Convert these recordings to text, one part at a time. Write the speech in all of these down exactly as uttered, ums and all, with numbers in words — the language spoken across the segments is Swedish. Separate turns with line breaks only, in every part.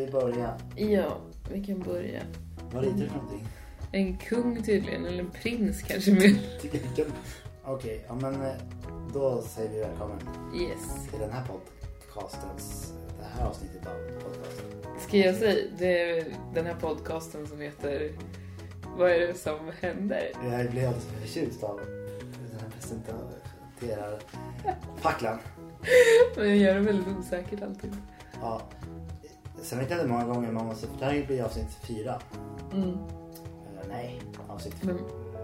vi börja?
Ja, vi kan börja.
Vad är det för någonting?
En kung tydligen, eller en prins kanske mer.
Okej, okay, ja men då säger vi välkommen
Yes.
till den här podcastens, det här avsnittet av podcasten.
Ska jag säga, det är den här podcasten som heter Vad är det som händer?
Jag blir alldeles förtjust av den här presenterar facklan.
Men jag gör det väldigt osäkert alltid.
Ja. Sen vet jag inte många gånger man måste, för det här blir avsnitt fyra.
Mm.
Uh, nej, avsnitt
Men,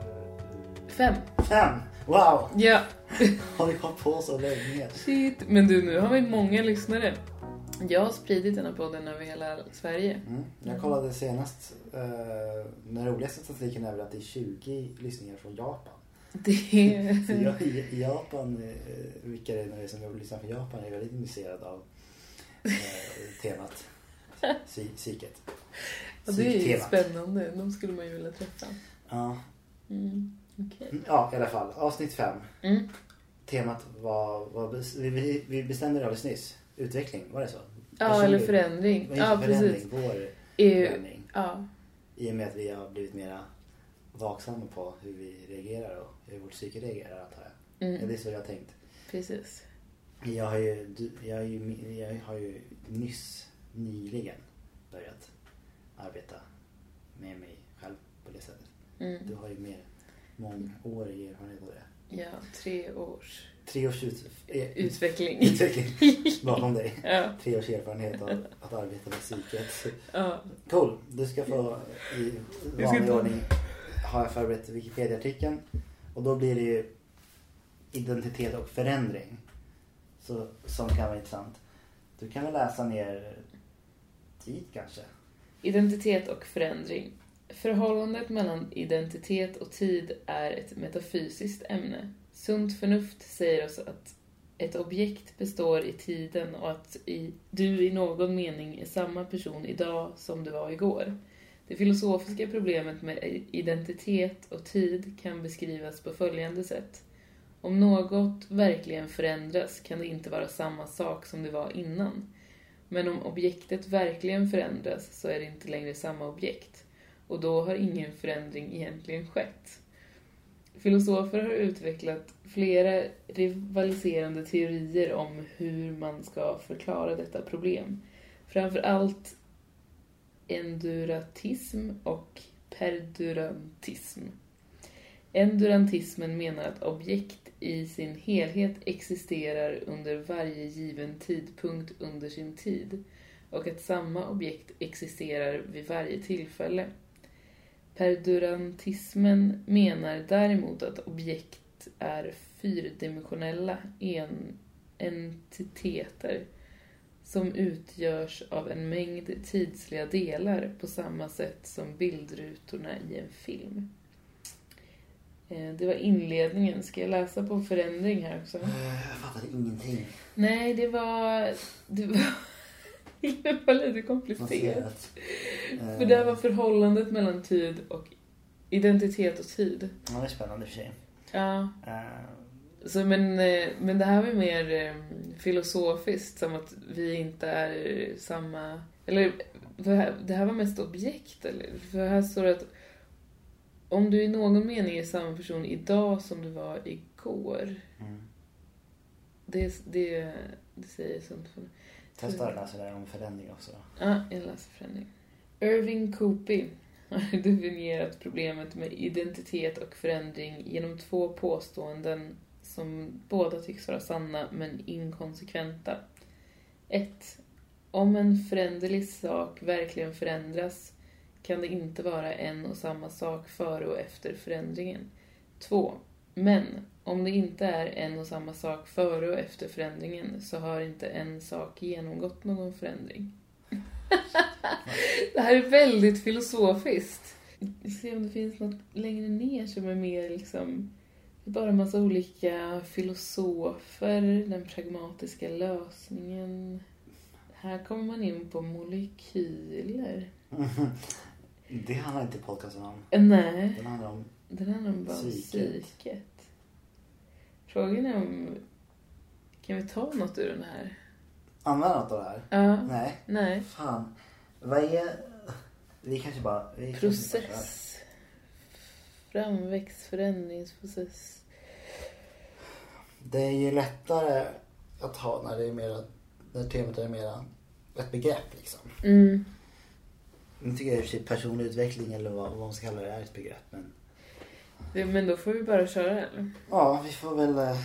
fem.
Fem! Wow!
Ja.
Har vi kommit på så länge?
Shit. Men du, nu har vi många lyssnare. Jag har spridit den här podden över hela Sverige.
Mm. Jag kollade senast uh, den roligaste statistiken är väl att det är tjugo lyssningar från Japan.
Det
Så jag i Japan, uh, vilka det är som jag lyssnar från Japan är väldigt intresserad av uh, temat. Psy- psyket.
Ja, det är ju spännande. De skulle man ju vilja träffa.
Ja.
Mm, okay.
Ja, i alla fall. Avsnitt fem.
Mm.
Temat var, var vi, vi bestämde det alldeles nyss. Utveckling, var det så?
Ja,
Personlig,
eller förändring. Ja,
förändring,
precis.
Vår
E-
förändring.
Ja.
I och med att vi har blivit mera vaksamma på hur vi reagerar och hur vårt psyke reagerar, antar jag.
Mm.
Ja, det är så jag har tänkt.
Precis.
Jag har ju, jag har ju, jag har ju nyss, nyligen börjat arbeta med mig själv på det sättet.
Mm.
Du har ju mer mångårig erfarenhet av det.
Ja, tre års
Tre års ut, eh,
utveckling.
utveckling bakom dig.
Ja.
Tre års erfarenhet av att arbeta med psyket.
Ja.
Cool, du ska få i vanlig ordning har jag förberett Wikipedia-artikeln. Och då blir det ju identitet och förändring. Så, som kan vara intressant. Du kan väl läsa ner tid kanske?
Identitet och förändring. Förhållandet mellan identitet och tid är ett metafysiskt ämne. Sunt förnuft säger oss att ett objekt består i tiden och att i, du i någon mening är samma person idag som du var igår. Det filosofiska problemet med identitet och tid kan beskrivas på följande sätt. Om något verkligen förändras kan det inte vara samma sak som det var innan. Men om objektet verkligen förändras så är det inte längre samma objekt. Och då har ingen förändring egentligen skett. Filosofer har utvecklat flera rivaliserande teorier om hur man ska förklara detta problem. Framför allt enduratism och perdurantism. Endurantismen menar att objekt i sin helhet existerar under varje given tidpunkt under sin tid och att samma objekt existerar vid varje tillfälle. Perdurantismen menar däremot att objekt är fyrdimensionella en- entiteter som utgörs av en mängd tidsliga delar på samma sätt som bildrutorna i en film. Det var inledningen. Ska jag läsa på förändring här också?
Jag fattar ingenting.
Nej, det var... Det var, det var lite komplicerat. För det var förhållandet mellan tid och identitet och tid.
Ja, det är spännande för sig.
Ja.
Uh.
Så, men, men det här var mer filosofiskt, som att vi inte är samma... Eller det här var mest objekt. Eller? För här står det att om du i någon mening är samma person idag som du var igår.
Mm.
Det, det, det säger sånt för...
Testa att läsa där om förändring också.
Ja, jag läser förändring. Irving Coopy har definierat problemet med identitet och förändring genom två påståenden som båda tycks vara sanna men inkonsekventa. ett. Om en föränderlig sak verkligen förändras kan det inte vara en och samma sak före och efter förändringen. två. Men om det inte är en och samma sak före och efter förändringen så har inte en sak genomgått någon förändring. Det här är väldigt filosofiskt. Vi ser om det finns något längre ner som är mer liksom... Det är bara en massa olika filosofer, den pragmatiska lösningen. Här kommer man in på molekyler.
Det handlar inte podcasten om.
Nej.
Den handlar om
Den handlar om bara psyket. psyket. Frågan är om... Kan vi ta något ur den här?
Använda något av det här?
Ja.
Nej.
Nej.
Fan. Vad är... Vi kanske bara... Vi
Process.
Kanske bara
Framväxt, förändringsprocess.
det är ju lättare att ha när det är mera... När temat är mera ett begrepp liksom.
Mm.
Nu tycker jag att personlig utveckling eller vad, vad man ska kalla det är ett begrepp. Men,
Men då får vi bara köra eller?
ja, vi får väl... Eh...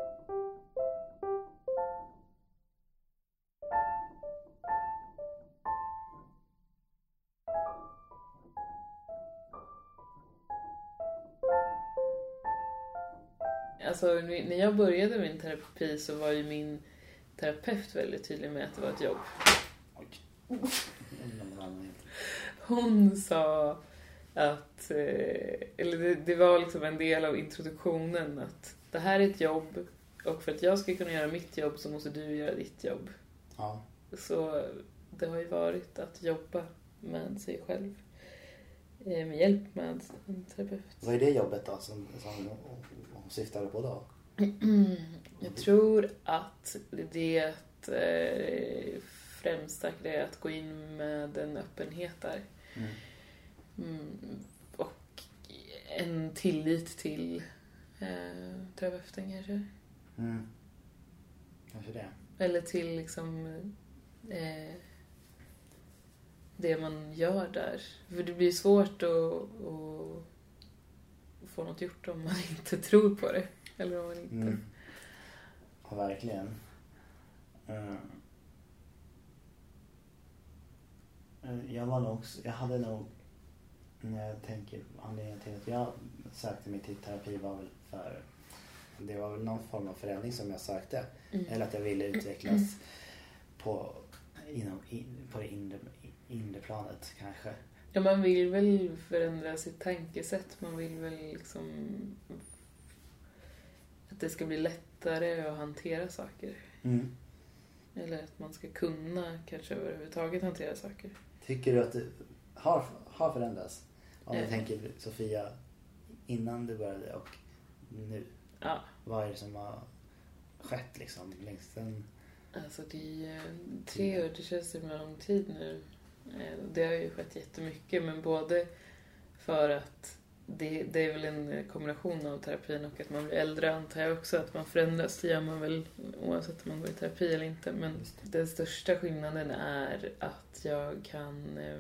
Alltså när jag började min terapi så var ju min terapeut väldigt tydlig med att det var ett jobb. Hon sa att, eller det, det var liksom en del av introduktionen att det här är ett jobb och för att jag ska kunna göra mitt jobb så måste du göra ditt jobb.
Ja.
Så det har ju varit att jobba med sig själv med hjälp med en terapeut.
Vad är det jobbet då som, som hon syftade på då?
Jag tror att det är att eh, främst det är att gå in med en öppenhet där.
Mm.
Mm, och en tillit till eh, terapeuten kanske.
Mm. Kanske det.
Eller till liksom eh, det man gör där. För det blir svårt att, att få något gjort om man inte tror på det. Eller om man inte...
Mm. Ja, verkligen. Uh. Jag var nog också, jag hade nog, när jag tänker anledningen till att jag sökte mig till terapi var väl för, det var väl någon form av förändring som jag sökte. Mm. Eller att jag ville utvecklas på, inom, på det inre, inre planet kanske.
Ja, man vill väl förändra sitt tankesätt. Man vill väl liksom att det ska bli lättare att hantera saker.
Mm.
Eller att man ska kunna kanske överhuvudtaget hantera saker.
Tycker du att det har, har förändrats? Om du äh. tänker Sofia innan du började och nu.
Ja.
Vad är det som har skett liksom längs den?
Alltså det är tre år, det känns som en lång tid nu. Det har ju skett jättemycket, men både för att det, det är väl en kombination av terapin och att man blir äldre, antar jag också, att man förändras, det gör man väl oavsett om man går i terapi eller inte. Men den största skillnaden är att jag kan eh,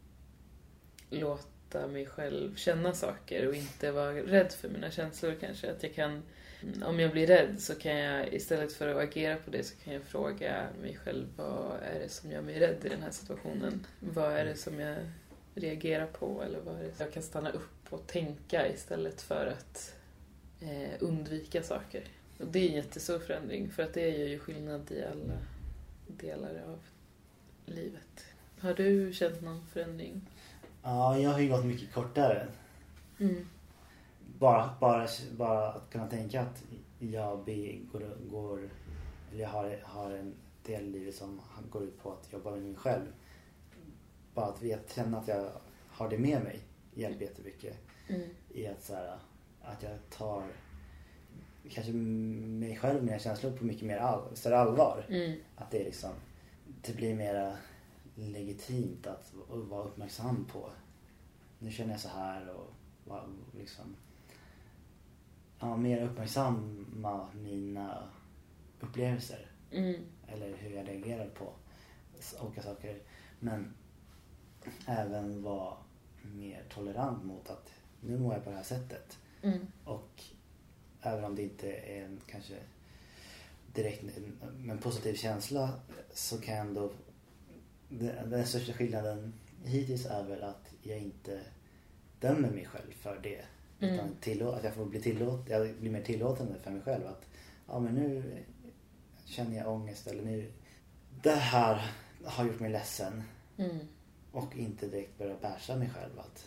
låta mig själv känna saker och inte vara rädd för mina känslor kanske. Att jag kan, om jag blir rädd så kan jag istället för att agera på det så kan jag fråga mig själv, vad är det som gör mig rädd i den här situationen? Vad är det som jag reagerar på? Eller vad är det? Jag kan stanna upp och tänka istället för att eh, undvika saker. Och det är en jättestor förändring, för att det gör ju skillnad i alla delar av livet. Har du känt någon förändring?
Ja, jag har ju gått mycket kortare.
Mm.
Bara, bara, bara att kunna tänka att jag går, går eller jag har, har en del i livet som går ut på att jobba med mig själv. Bara att vet, känna att jag har det med mig hjälper jättemycket. Mm. I att, så här, att jag tar kanske mig själv och mina känslor på mycket mer all, större allvar. Mm. Att det är liksom, det blir mer legitimt att vara uppmärksam på. Nu känner jag så här och var, liksom ja, mer uppmärksamma mina upplevelser. Mm. Eller hur jag reagerar på olika saker. Men även vara mer tolerant mot att nu mår jag på det här sättet. Mm. Och även om det inte är en, kanske direkt en, en positiv känsla, så kan jag ändå, den, den största skillnaden hittills är väl att jag inte dömer mig själv för det. Mm. Utan tillå- att jag får bli tillåt, jag blir mer tillåtande för mig själv. Att ja, men nu känner jag ångest, eller nu det här har gjort mig ledsen. Mm. Och inte direkt börja bärsa mig själv. Att,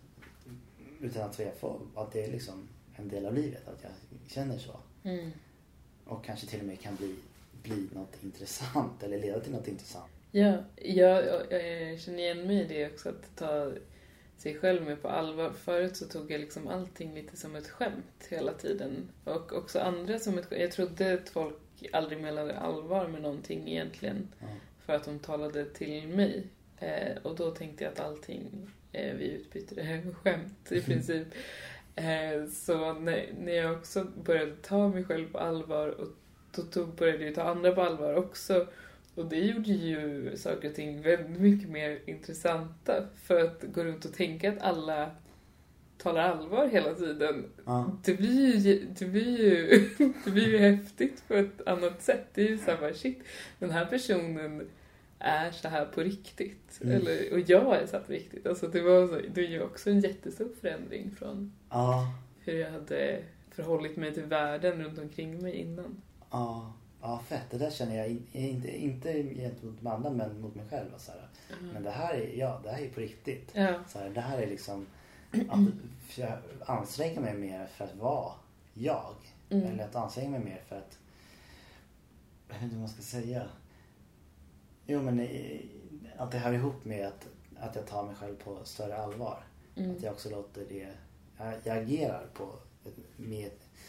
utan att, jag får, att det är liksom en del av livet. Att jag känner så. Mm. Och kanske till och med kan bli, bli något intressant. Eller leda till något intressant.
Ja, jag, jag känner igen mig i det också. Att ta sig själv med på allvar. Förut så tog jag liksom allting lite som ett skämt hela tiden. Och också andra som ett skämt. Jag trodde att folk aldrig menade allvar med någonting egentligen. Mm. För att de talade till mig. Eh, och då tänkte jag att allting eh, vi utbytte det här med skämt i princip. Eh, så när, när jag också började ta mig själv på allvar och då tog, började jag ta andra på allvar också. Och det gjorde ju saker och ting väldigt mycket mer intressanta. För att gå runt och tänka att alla talar allvar hela tiden.
Ja.
Det blir ju, det blir ju, det blir ju häftigt på ett annat sätt. Det är ju så här, shit, den här personen är så här på riktigt.
Mm.
Eller, och jag är så här på riktigt. Alltså det var så, det är ju också en jättestor förändring från
Ja.
hur jag hade förhållit mig till världen runt omkring mig innan.
Ja. Ja, fett. Det där känner jag in, inte, inte gentemot de andra, men mot mig själv. Så här. Mm. Men det här är, ja, det här är på riktigt.
Ja.
Så här, det här är liksom att jag anstränga mig mer för att vara jag. Mm. Eller att anstränga mig mer för att, jag vet inte vad man ska säga. Jo, men att det hör ihop med att, att jag tar mig själv på större allvar. Mm. Att jag också låter det, jag, jag agerar på med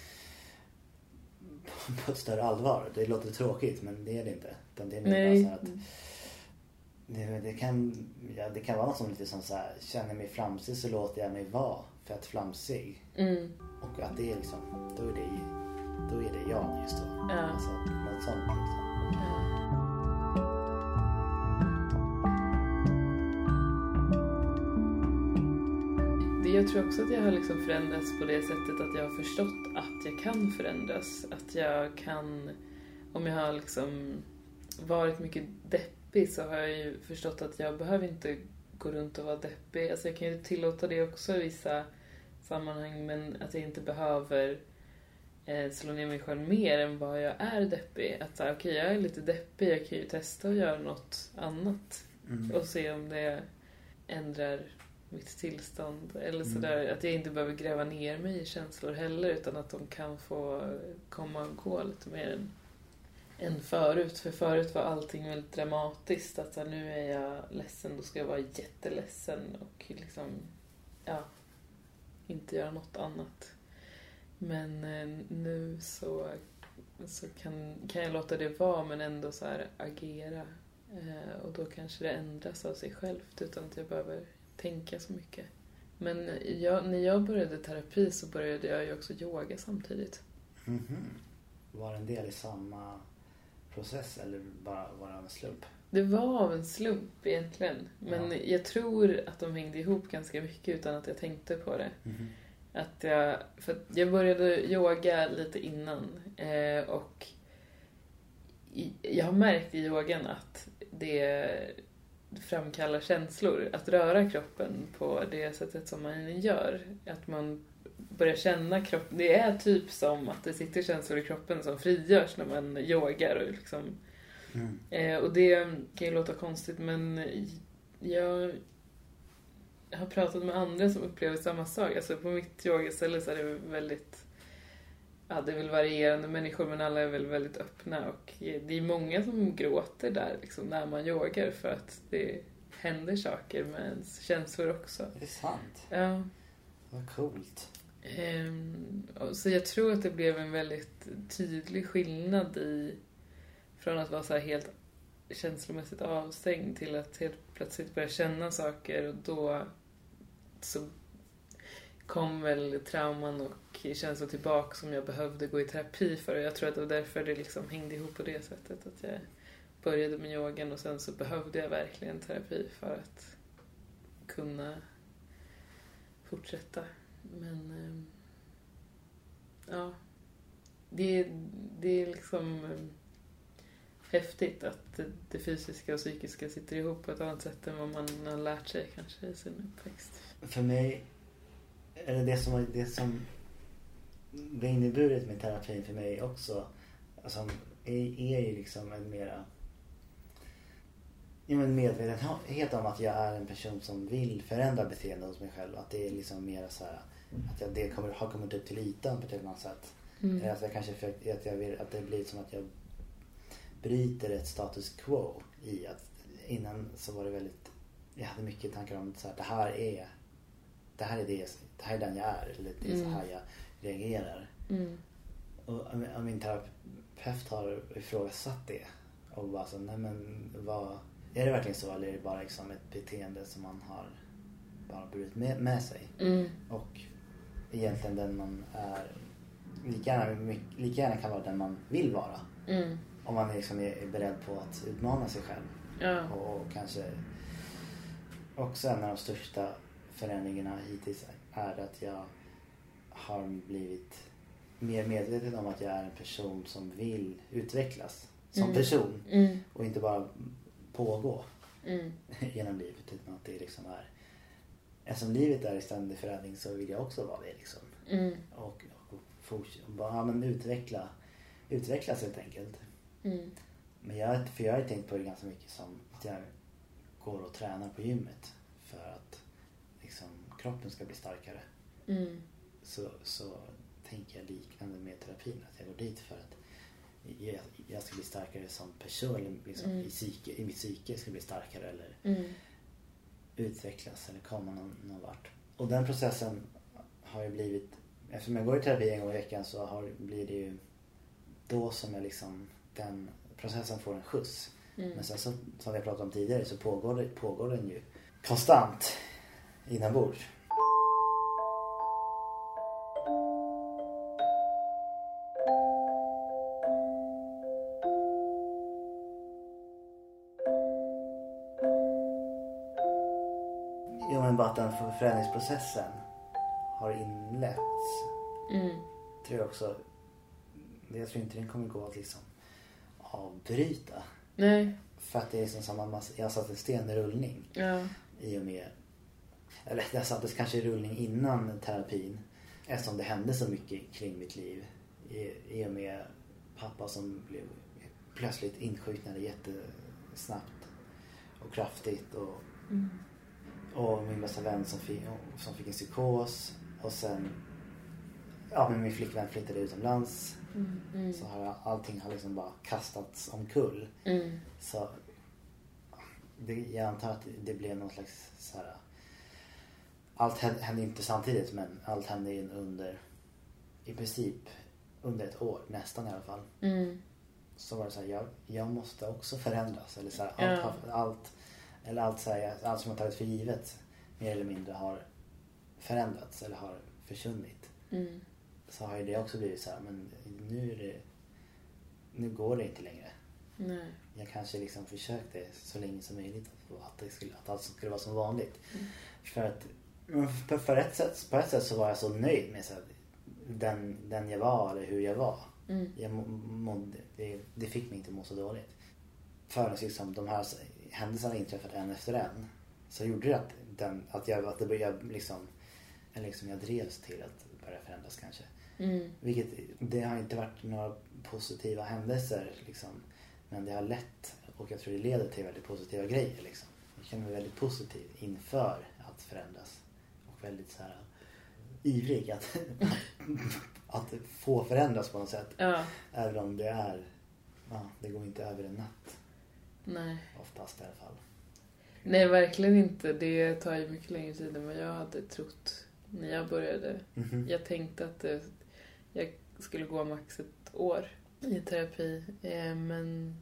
på ett större allvar. Det låter tråkigt, men det är det inte. Utan det är mer bara så att det, det, kan, ja, det kan vara något som lite som så här, känner mig flamsig så låter jag mig vara för att flamsig. Mm. Och att det är liksom, då är det, då är det jag just då. Ja. Alltså, något sånt liksom. Ja.
Jag tror också att jag har liksom förändrats på det sättet att jag har förstått att jag kan förändras. Att jag kan, om jag har liksom varit mycket deppig så har jag ju förstått att jag behöver inte gå runt och vara deppig. Alltså jag kan ju tillåta det också i vissa sammanhang, men att jag inte behöver eh, slå ner mig själv mer än vad jag är deppig. Att okej, okay, jag är lite deppig, jag kan ju testa att göra något annat mm. och se om det ändrar mitt tillstånd. Eller sådär, mm. att jag inte behöver gräva ner mig i känslor heller, utan att de kan få komma och gå lite mer än, än förut. För förut var allting väldigt dramatiskt. Att så här, nu är jag ledsen, då ska jag vara jätteledsen och liksom, ja, inte göra något annat. Men eh, nu så, så kan, kan jag låta det vara, men ändå så här agera. Eh, och då kanske det ändras av sig självt utan att jag behöver tänka så mycket. Men jag, när jag började terapi så började jag ju också yoga samtidigt.
Mm-hmm. Var en del i samma process eller bara var det av en slump?
Det var av en slump egentligen. Men ja. Jag tror att de hängde ihop ganska mycket utan att jag tänkte på det. Mm-hmm. Att jag, för att jag började yoga lite innan. Eh, och i, jag har märkt i yogan att det framkallar känslor. Att röra kroppen på det sättet som man gör. Att man börjar känna kroppen. Det är typ som att det sitter känslor i kroppen som frigörs när man yogar. Och, liksom. mm. eh, och det kan ju låta konstigt, men jag har pratat med andra som upplever samma sak. Alltså på mitt yogaställe så är det väldigt... Ja, det är väl varierande människor, men alla är väl väldigt öppna. Och det är många som gråter där liksom, när man yogar, för att det händer saker med ens känslor också.
Det är sant.
Ja.
Vad coolt.
Um, så jag tror att det blev en väldigt tydlig skillnad i från att vara så här helt känslomässigt avstängd till att helt plötsligt börja känna saker, och då så kom väl trauman och känslor tillbaka som jag behövde gå i terapi för. Och jag tror att det var därför det liksom hängde ihop på det sättet. Att jag började med yogan och sen så behövde jag verkligen terapi för att kunna fortsätta. Men ja, det, det är liksom häftigt att det fysiska och psykiska sitter ihop på ett annat sätt än vad man har lärt sig kanske i sin uppväxt.
För mig, eller det som det som det inneburit med terapin för mig också, alltså, är, är ju liksom en mera en medvetenhet om att jag är en person som vill förändra beteende hos mig själv. Att det är liksom mer så här, att jag, det kommer, har kommit upp till ytan på ett annat sätt. Mm. Att jag kanske för, att, jag vill, att det blir som att jag bryter ett status quo i att innan så var det väldigt, jag hade mycket tankar om så här, det här är det här är det, det här är den jag är, eller det är mm. så här jag reagerar. Mm. Och, och min terapeut har ifrågasatt det och bara så, nej men vad, är det verkligen så, eller är det bara liksom ett beteende som man har bara burit med, med sig?
Mm.
Och egentligen den man är lika gärna, lika gärna kan vara den man vill vara.
Mm.
Om man liksom är beredd på att utmana sig själv.
Ja.
Och, och kanske också en av de största förändringarna hittills är att jag har blivit mer medveten om att jag är en person som vill utvecklas som
Mm.
person.
Mm.
Och inte bara pågå
Mm.
genom livet, utan att det liksom är, eftersom livet är i ständig förändring, så vill jag också vara det liksom.
Mm.
Och, och fortsätta, bara ja, men utveckla utvecklas helt enkelt.
Mm.
Men jag, för jag har tänkt på det ganska mycket som att jag går och tränar på gymmet för att liksom kroppen ska bli starkare.
Mm.
Så, så tänker jag liknande med terapin, att jag går dit för att jag, jag ska bli starkare som person, liksom,
Mm.
i, psyke, i mitt psyke ska bli starkare eller
Mm.
utvecklas eller komma någon, någon vart. Och den processen har ju blivit, eftersom jag går i terapi en gång i veckan, så har, blir det ju då som jag liksom, den processen får en skjuts.
Mm.
Men sen så, som vi har pratat om tidigare, så pågår, det, pågår den ju konstant inombords. Jo, men bara att den förändringsprocessen har inletts.
Mm.
Tror jag också. Jag tror inte den kommer gå att liksom avbryta.
Nej.
För att det är liksom samma massa, jag har satt en sten i rullning.
Ja.
I och med, eller jag sattes kanske i rullning innan terapin. Eftersom det hände så mycket kring mitt liv. I, i och med pappa som blev plötsligt insjuknade jättesnabbt och kraftigt. Och,
Mm.
och min bästa vän som fick, som fick en psykos. Och sen, ja, men min flickvän flyttade utomlands.
Mm. Mm.
Så har allting har liksom bara kastats omkull.
Mm.
Så det, jag antar att det blev någon slags så här, allt hände inte samtidigt, men allt hände ju under, i princip under ett år, nästan i alla fall.
Mm.
Så var det så här, jag, jag måste också förändras, eller så här,
Ja.
allt, har- allt eller allt så här, allt som jag tagit för givet mer eller mindre har förändrats eller har försvunnit.
Mm.
Så har ju det också blivit så här, men nu är det, nu går det inte längre.
Nej.
Jag kanske liksom försökte så länge som möjligt att, det skulle, att allt skulle vara som vanligt.
Mm.
För att för, för ett sätt, på ett sätt så var jag så nöjd med så här, den, den jag var eller hur jag var.
Mm.
Jag må, mådde, det, det fick mig inte må så dåligt. För liksom, de här händelserna inträffat en efter en, så gjorde det att, den, att, jag, att det började liksom, eller liksom jag drevs till att börja förändras kanske.
Mm.
Vilket, det har inte varit några positiva händelser liksom, men det har lett, och jag tror det leder till väldigt positiva grejer liksom. Jag känner mig väldigt positiv inför att förändras och väldigt så här ivrig att, att få förändras på något sätt.
Ja.
Även om det är, ja, det går inte över en natt
Nej.
oftast i alla fall.
Nej, verkligen inte. Det tar ju mycket längre tid än vad jag hade trott när jag började.
Mm-hmm.
Jag tänkte att det, jag skulle gå max ett år i terapi. Eh, men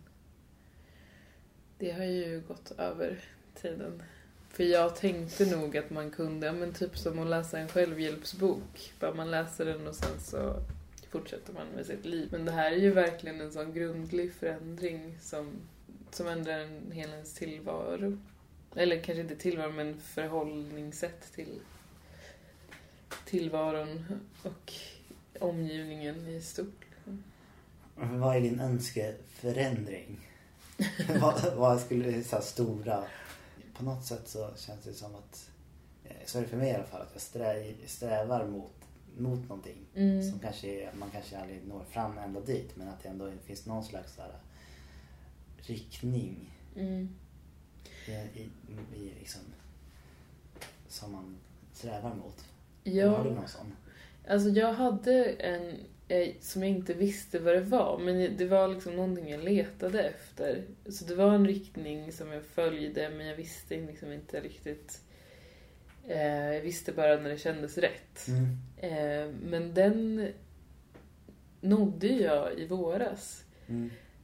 det har ju gått över tiden. För jag tänkte nog att man kunde, ja, men typ som att läsa en självhjälpsbok. Bara man läser den och sen så fortsätter man med sitt liv. Men det här är ju verkligen en sån grundlig förändring som, som ändrar en hel ens tillvaro. Eller kanske inte tillvaro, men förhållningssätt till tillvaron och omgivningen i stort.
Vad är din önskeförändring? vad, vad skulle så här stora, på något sätt så känns det som att, så är det för mig i alla fall, att jag strä, strävar mot, mot någonting
Mm.
som kanske är, man kanske aldrig når fram ända dit, men att det ändå finns någon slags så här riktning
Mm.
i, i, i liksom, som man strävar mot.
Ja.
Har du någon sån?
Alltså jag hade en eh, som jag inte visste vad det var, men det var liksom någonting jag letade efter. Så det var en riktning som jag följde, men jag visste liksom inte riktigt. Eh, jag visste bara när det kändes rätt.
Mm.
Eh, men den nådde jag i våras.
Mm.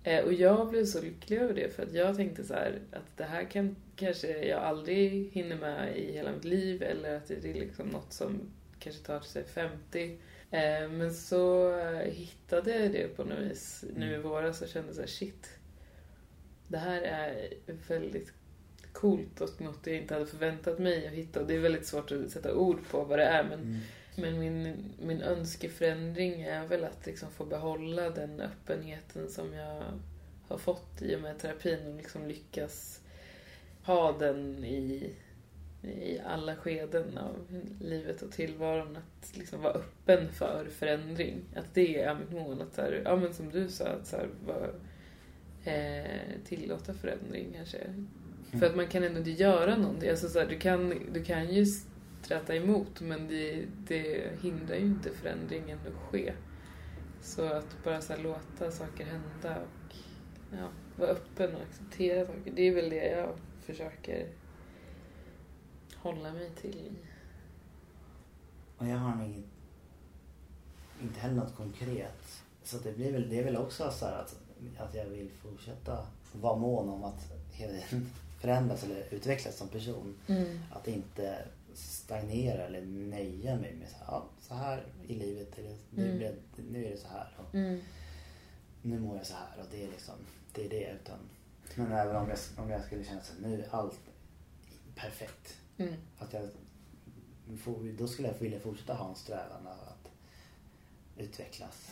Eh, och jag blev så lycklig över det för att jag tänkte så här att det här kan kanske jag aldrig hinner med i hela mitt liv eller att det är liksom något som kanske tar till sig femtio. Eh, men så hittade jag det på något vis nu i våras och kände så här shit. Det här är väldigt coolt och något jag inte hade förväntat mig att hitta. Och det är väldigt svårt att sätta ord på vad det är men mm. Men min, min önskeförändring är väl att liksom få behålla den öppenheten som jag har fått i och med terapin och liksom lyckas ha den i, i alla skeden av livet och tillvaron. Att liksom vara öppen för förändring. Att det är mitt mål. Att så här, ja, men som du sa, att så här, vara, eh, tillåta förändring kanske. Mm. För att man kan ändå inte göra någonting. Alltså, så här, du, kan, du kan ju träta emot men det, det hindrar ju inte förändringen att ske. Så att bara så här låta saker hända och ja, vara öppen och acceptera saker. Det är väl det jag försöker hålla mig till.
Och jag har nog inget, inte heller något konkret. Så det blir väl, det är väl också så här att, att jag vill fortsätta vara mån om att förändras eller utvecklas som person. Mm. Att inte stagnera eller nöja mig med så här, ja, så här i livet eller nu, mm. nu är det så här och mm. nu mår jag så här och det är liksom det är det utan men även om jag, om jag skulle känna så här, nu är allt perfekt mm. att jag då skulle jag vilja fortsätta ha en strävan att utvecklas.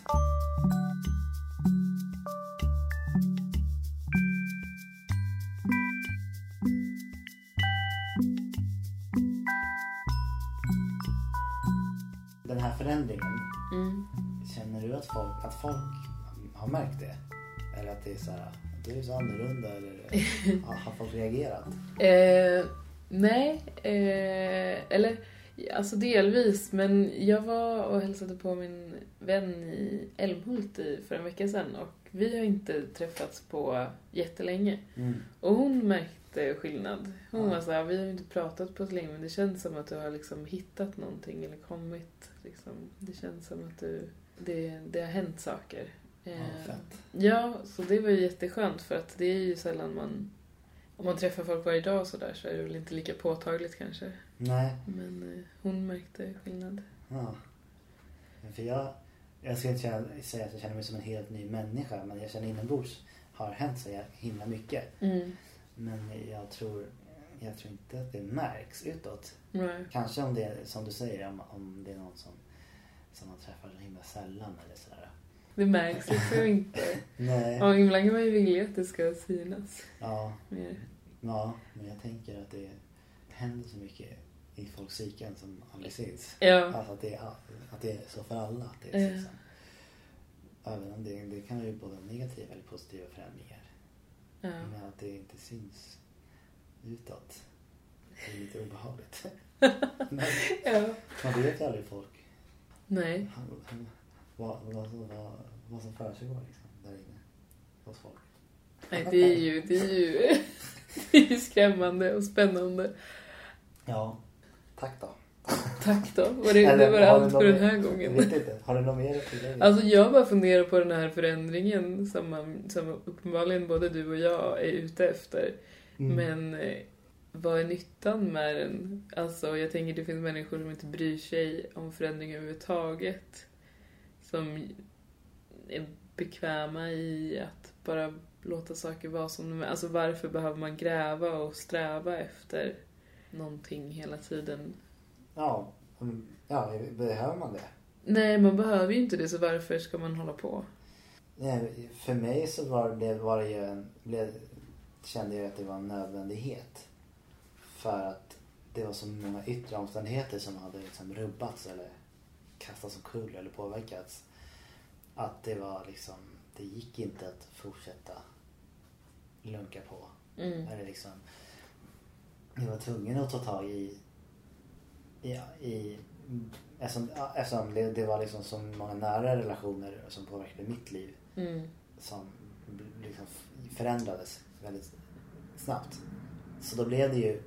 Den här förändringen, mm. känner du att folk, att folk har märkt det? Eller att det är så här, du är så annorlunda eller har folk reagerat?
Eh, nej, eh, eller alltså delvis, men jag var och hälsade på min vän i Älmhult för en vecka sedan och vi har inte träffats på jättelänge. Mm. Och hon märkte skillnad. Hon ja. var så här, vi har inte pratat på så länge men det känns som att du har liksom hittat någonting eller kommit. Liksom. Det känns som att du, det, det har hänt saker.
Ja, fett.
Ja, så det var ju jätteskönt för att det är ju sällan man, om man träffar folk varje dag så där så är det väl inte lika påtagligt kanske.
Nej.
Men eh, hon märkte skillnad.
Ja. För jag, jag ska inte känna, säga att jag känner mig som en helt ny människa men jag känner inombords har hänt så himla mycket. Mm. Men jag tror, jag tror inte att det märks utåt.
Nej.
Kanske om det är, som du säger, om, om det är någon som, som man träffar så himla sällan eller sådär.
Det märks liksom inte.
Nej.
Och ibland kan man ju vilja att det ska synas.
Ja.
Mer.
Ja, men jag tänker att det händer så mycket i folks psyken som aldrig syns.
Ja.
Alltså att det, är, att det är så för alla. Att det är ja. liksom, även om det, det kan ju både negativa eller positiva förändringar. Ja. Men att det inte syns utåt. Det är lite obehagligt. Men,
ja.
Man vet ju aldrig folk.
Nej.
Vad, vad, vad, vad som försiggår liksom, där inne hos folk.
Nej, det är ju, det är ju, det är ju skrämmande och spännande.
Ja, tack då.
Tack då. Var det, Eller, det var allt för den här gången.
Jag vet inte. Har du något mer till dig?
Alltså jag bara funderar på den här förändringen som, man, som uppenbarligen både du och jag är ute efter. Mm. Men eh, vad är nyttan med den? Alltså jag tänker det finns människor som inte bryr sig om förändring överhuvudtaget. Som är bekväma i att bara låta saker vara som de är. Alltså varför behöver man gräva och sträva efter någonting hela tiden?
Ja, ja, behöver man det?
Nej, man behöver ju inte det, så varför ska man hålla på?
Nej, för mig så var det, var det ju en, blev, kände jag att det var en nödvändighet. För att det var så många yttre omständigheter som hade liksom rubbats eller kastats omkull eller påverkats. Att det var liksom, det gick inte att fortsätta lunka på. Mm. Eller liksom, jag var tvungen att ta tag i i, i eftersom, eftersom det, det var liksom så många nära relationer som påverkade mitt liv mm. som liksom förändrades väldigt snabbt. Så då blev det ju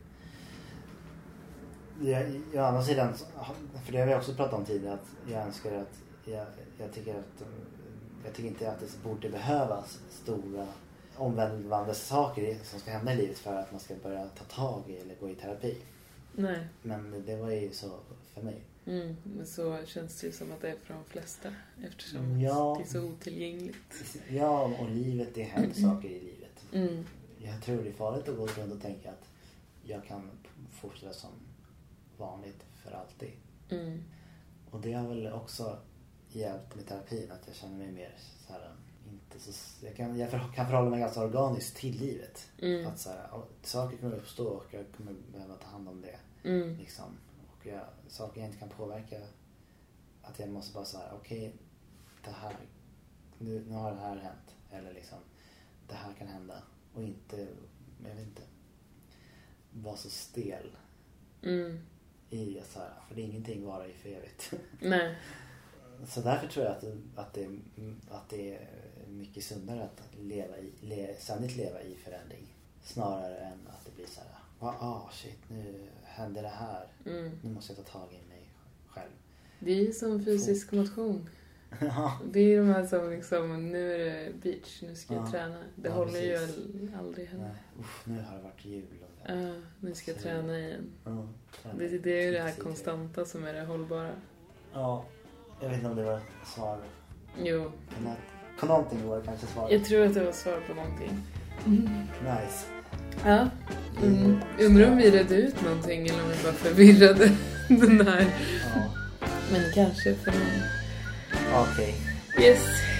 jag, å andra sidan, för det har vi också pratat om tidigare, att jag önskar att jag, jag tycker att jag tycker inte att det borde behövas stora omvälvande saker som ska hända i livet för att man ska börja ta tag i eller gå i terapi.
Nej.
Men det var ju så för mig.
Mm, men så känns det ju som att det är för de flesta eftersom
ja,
det är så otillgängligt.
Ja, och livet, det händer
mm.
saker i livet.
Mm.
Jag tror det är farligt att gå runt och tänka att jag kan fortsätta som vanligt för alltid.
Mm.
Och det har väl också hjälpt med terapin att jag känner mig mer så här, inte så, jag kan, jag kan förhålla mig ganska organiskt till livet.
Mm.
Att så här, saker kommer uppstå och jag kommer behöva ta hand om det.
Mm.
Liksom. Och jag, saker jag inte kan påverka, att jag måste bara säga okej, okay, det här nu, nu har det här hänt, eller liksom det här kan hända, och inte, jag vet inte, vara så stel
mm.
i så här, för det är ingenting vara i för evigt.
Nej.
Så därför tror jag att, att, det, att det är mycket sundare att leva i, le, ständigt leva i förändring snarare än att det blir så här, ah shit, nu händer det här.
Mm.
Nu måste jag ta tag i mig själv.
Det är ju som fysisk motion. Det är de här som liksom, nu är det beach, nu ska jag ja. träna. Det ja, håller precis. ju aldrig henne.
Uff, nu har det varit jul.
Ja, uh, nu ska jag träna igen.
Ja, träna.
Det, det är ju det här konstanta som är det hållbara.
Ja, jag vet inte om det var svar.
Jo.
På någonting var det kanske svar.
Jag tror att det var svar på någonting.
Mm. Nice.
Ja. Mm. Undrar om vi redde ut någonting eller om vi bara förvirrade den här.
Ja.
Men kanske för någon.
Okej. Okay.
Yes.